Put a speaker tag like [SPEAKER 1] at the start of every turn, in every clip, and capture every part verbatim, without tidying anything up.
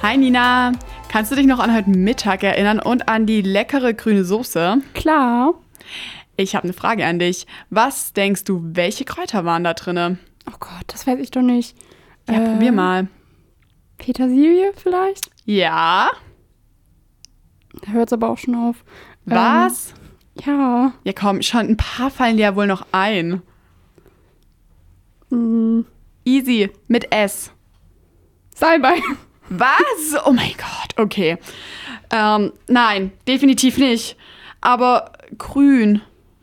[SPEAKER 1] Hi Nina, kannst du dich noch an heute Mittag erinnern und an die leckere grüne Soße?
[SPEAKER 2] Klar.
[SPEAKER 1] Ich habe eine Frage an dich. Was denkst du, welche Kräuter waren da drinne?
[SPEAKER 2] Oh Gott, das weiß ich doch nicht.
[SPEAKER 1] Ja,
[SPEAKER 2] äh,
[SPEAKER 1] probier mal.
[SPEAKER 2] Petersilie vielleicht?
[SPEAKER 1] Ja?
[SPEAKER 2] Da hört es aber auch schon auf.
[SPEAKER 1] Was?
[SPEAKER 2] Ähm, ja.
[SPEAKER 1] Ja komm, schon ein paar fallen dir ja wohl noch ein.
[SPEAKER 2] Mh,
[SPEAKER 1] Easy, mit S.
[SPEAKER 2] Salbei.
[SPEAKER 1] Was? Oh mein Gott, okay. Ähm, nein, definitiv nicht. Aber grün.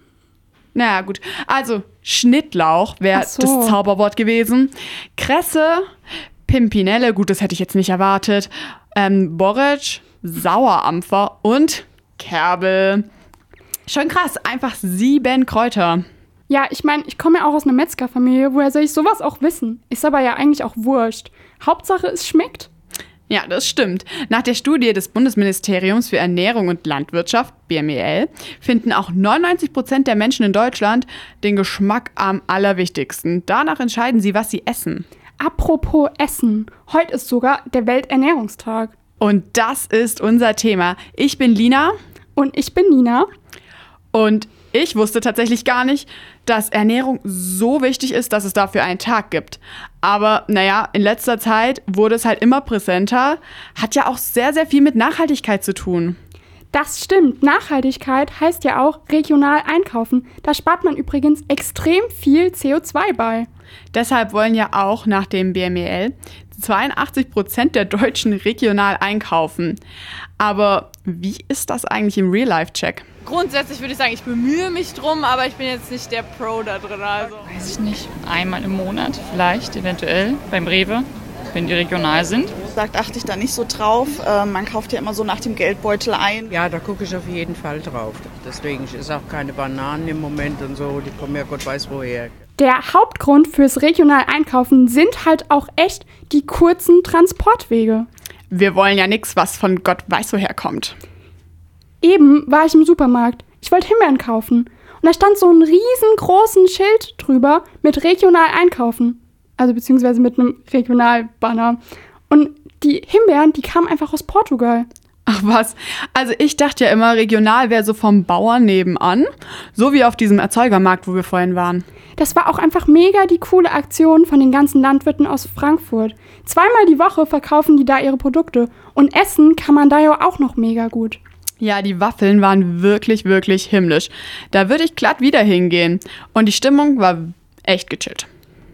[SPEAKER 1] Naja, gut. Also, Schnittlauch wäre
[SPEAKER 2] Ach so.
[SPEAKER 1] das Zauberwort gewesen. Kresse, Pimpinelle, gut, das hätte ich jetzt nicht erwartet. Ähm, Borretsch, Sauerampfer und Kerbel. Schon krass, einfach sieben Kräuter.
[SPEAKER 2] Ja, ich meine, ich komme ja auch aus einer Metzgerfamilie. Woher soll ich sowas auch wissen? Ist aber ja eigentlich auch wurscht. Hauptsache, es schmeckt.
[SPEAKER 1] Ja, das stimmt. Nach der Studie des Bundesministeriums für Ernährung und Landwirtschaft, B M E L, finden auch neunundneunzig Prozent der Menschen in Deutschland den Geschmack am allerwichtigsten. Danach entscheiden sie, was sie essen.
[SPEAKER 2] Apropos Essen. Heute ist sogar der Welternährungstag.
[SPEAKER 1] Und das ist unser Thema. Ich bin Lina.
[SPEAKER 2] Und ich bin Nina.
[SPEAKER 1] Und ich wusste tatsächlich gar nicht, dass Ernährung so wichtig ist, dass es dafür einen Tag gibt. Aber naja, in letzter Zeit wurde es halt immer präsenter. Hat ja auch sehr, sehr viel mit Nachhaltigkeit zu tun.
[SPEAKER 2] Das stimmt. Nachhaltigkeit heißt ja auch regional einkaufen. Da spart man übrigens extrem viel C O zwei bei.
[SPEAKER 1] Deshalb wollen ja auch nach dem B M E L zweiundachtzig Prozent der Deutschen regional einkaufen. Aber wie ist das eigentlich im Real-Life-Check?
[SPEAKER 3] Grundsätzlich würde ich sagen, ich bemühe mich drum, aber ich bin jetzt nicht der Pro da drin. Also.
[SPEAKER 4] Weiß ich nicht, einmal im Monat vielleicht, eventuell beim Rewe, wenn die regional sind.
[SPEAKER 5] Sagt, achte ich da nicht so drauf. Äh, man kauft ja immer so nach dem Geldbeutel ein.
[SPEAKER 6] Ja, da gucke ich auf jeden Fall drauf. Deswegen ist auch keine Bananen im Moment und so, die kommen ja Gott weiß woher.
[SPEAKER 2] Der Hauptgrund fürs regional Einkaufen sind halt auch echt die kurzen Transportwege.
[SPEAKER 1] Wir wollen ja nichts, was von Gott weiß woher kommt.
[SPEAKER 2] Eben war ich im Supermarkt. Ich wollte Himbeeren kaufen. Und da stand so ein riesengroßen Schild drüber mit regional einkaufen. Also beziehungsweise mit einem Regionalbanner. Und die Himbeeren, die kamen einfach aus Portugal.
[SPEAKER 1] Ach was, also ich dachte ja immer, regional wäre so vom Bauern nebenan. So wie auf diesem Erzeugermarkt, wo wir vorhin waren.
[SPEAKER 2] Das war auch einfach mega die coole Aktion von den ganzen Landwirten aus Frankfurt. Zweimal die Woche verkaufen die da ihre Produkte. Und essen kann man da ja auch noch mega gut.
[SPEAKER 1] Ja, die Waffeln waren wirklich, wirklich himmlisch. Da würde ich glatt wieder hingehen. Und die Stimmung war echt gechillt.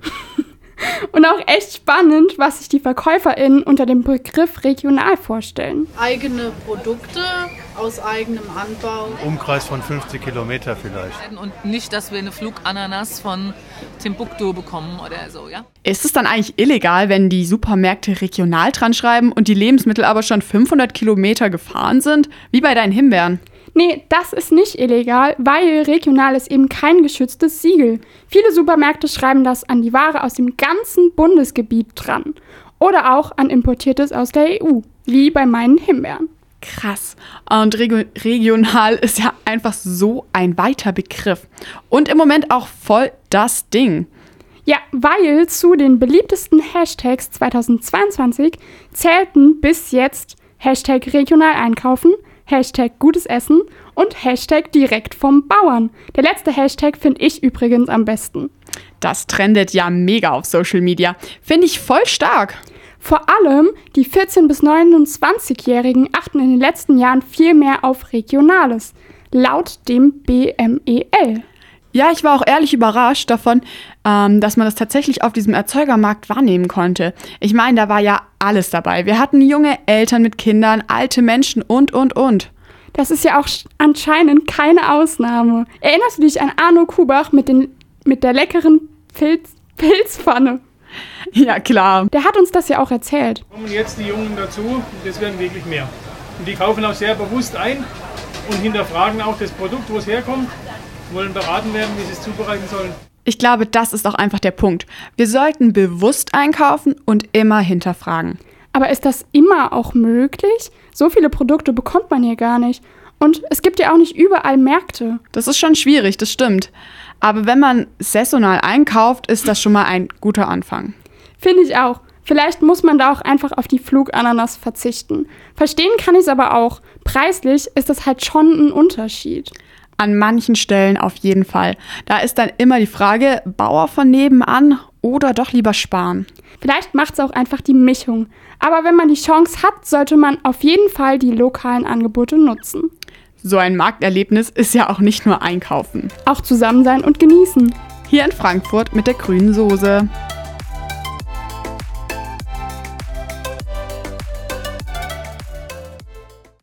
[SPEAKER 2] Und auch echt spannend, was sich die VerkäuferInnen unter dem Begriff regional vorstellen.
[SPEAKER 7] Eigene Produkte aus eigenem Anbau.
[SPEAKER 8] Umkreis von fünfzig Kilometer vielleicht.
[SPEAKER 9] Und nicht, dass wir eine Flugananas von Timbuktu bekommen oder so, ja?
[SPEAKER 1] Ist es dann eigentlich illegal, wenn die Supermärkte regional dran schreiben und die Lebensmittel aber schon fünfhundert Kilometer gefahren sind? Wie bei deinen Himbeeren?
[SPEAKER 2] Nee, das ist nicht illegal, weil regional ist eben kein geschütztes Siegel. Viele Supermärkte schreiben das an die Ware aus dem ganzen Bundesgebiet dran. Oder auch an Importiertes aus der E U, wie bei meinen Himbeeren.
[SPEAKER 1] Krass. Und reg- regional ist ja einfach so ein weiter Begriff. Und im Moment auch voll das Ding.
[SPEAKER 2] Ja, weil zu den beliebtesten Hashtags zweitausendzweiundzwanzig zählten bis jetzt Hashtag regional einkaufen, Hashtag gutes Essen und Hashtag direkt vom Bauern. Der letzte Hashtag finde ich übrigens am besten.
[SPEAKER 1] Das trendet ja mega auf Social Media. Finde ich voll stark.
[SPEAKER 2] Vor allem die vierzehn- bis neunundzwanzigjährigen achten in den letzten Jahren viel mehr auf Regionales, laut dem B M E L.
[SPEAKER 1] Ja, ich war auch ehrlich überrascht davon, ähm, dass man das tatsächlich auf diesem Erzeugermarkt wahrnehmen konnte. Ich meine, da war ja alles dabei. Wir hatten junge Eltern mit Kindern, alte Menschen und, und, und.
[SPEAKER 2] Das ist ja auch anscheinend keine Ausnahme. Erinnerst du dich an Arno Kubach mit, den, mit der leckeren Pilz, Pilzpfanne?
[SPEAKER 1] Ja, klar.
[SPEAKER 2] Der hat uns das ja auch erzählt.
[SPEAKER 10] Kommen jetzt die Jungen dazu, das werden wirklich mehr. Und die kaufen auch sehr bewusst ein und hinterfragen auch das Produkt, wo es herkommt, wollen beraten werden, wie sie es zubereiten sollen.
[SPEAKER 1] Ich glaube, das ist auch einfach der Punkt. Wir sollten bewusst einkaufen und immer hinterfragen.
[SPEAKER 2] Aber ist das immer auch möglich? So viele Produkte bekommt man hier gar nicht. Und es gibt ja auch nicht überall Märkte.
[SPEAKER 1] Das ist schon schwierig, das stimmt. Aber wenn man saisonal einkauft, ist das schon mal ein guter Anfang.
[SPEAKER 2] Finde ich auch. Vielleicht muss man da auch einfach auf die Flugananas verzichten. Verstehen kann ich es aber auch. Preislich ist das halt schon ein Unterschied.
[SPEAKER 1] An manchen Stellen auf jeden Fall. Da ist dann immer die Frage, Bauer von nebenan oder doch lieber sparen.
[SPEAKER 2] Vielleicht macht es auch einfach die Mischung. Aber wenn man die Chance hat, sollte man auf jeden Fall die lokalen Angebote nutzen.
[SPEAKER 1] So ein Markterlebnis ist ja auch nicht nur einkaufen.
[SPEAKER 2] Auch zusammen sein und genießen.
[SPEAKER 1] Hier in Frankfurt mit der grünen Soße.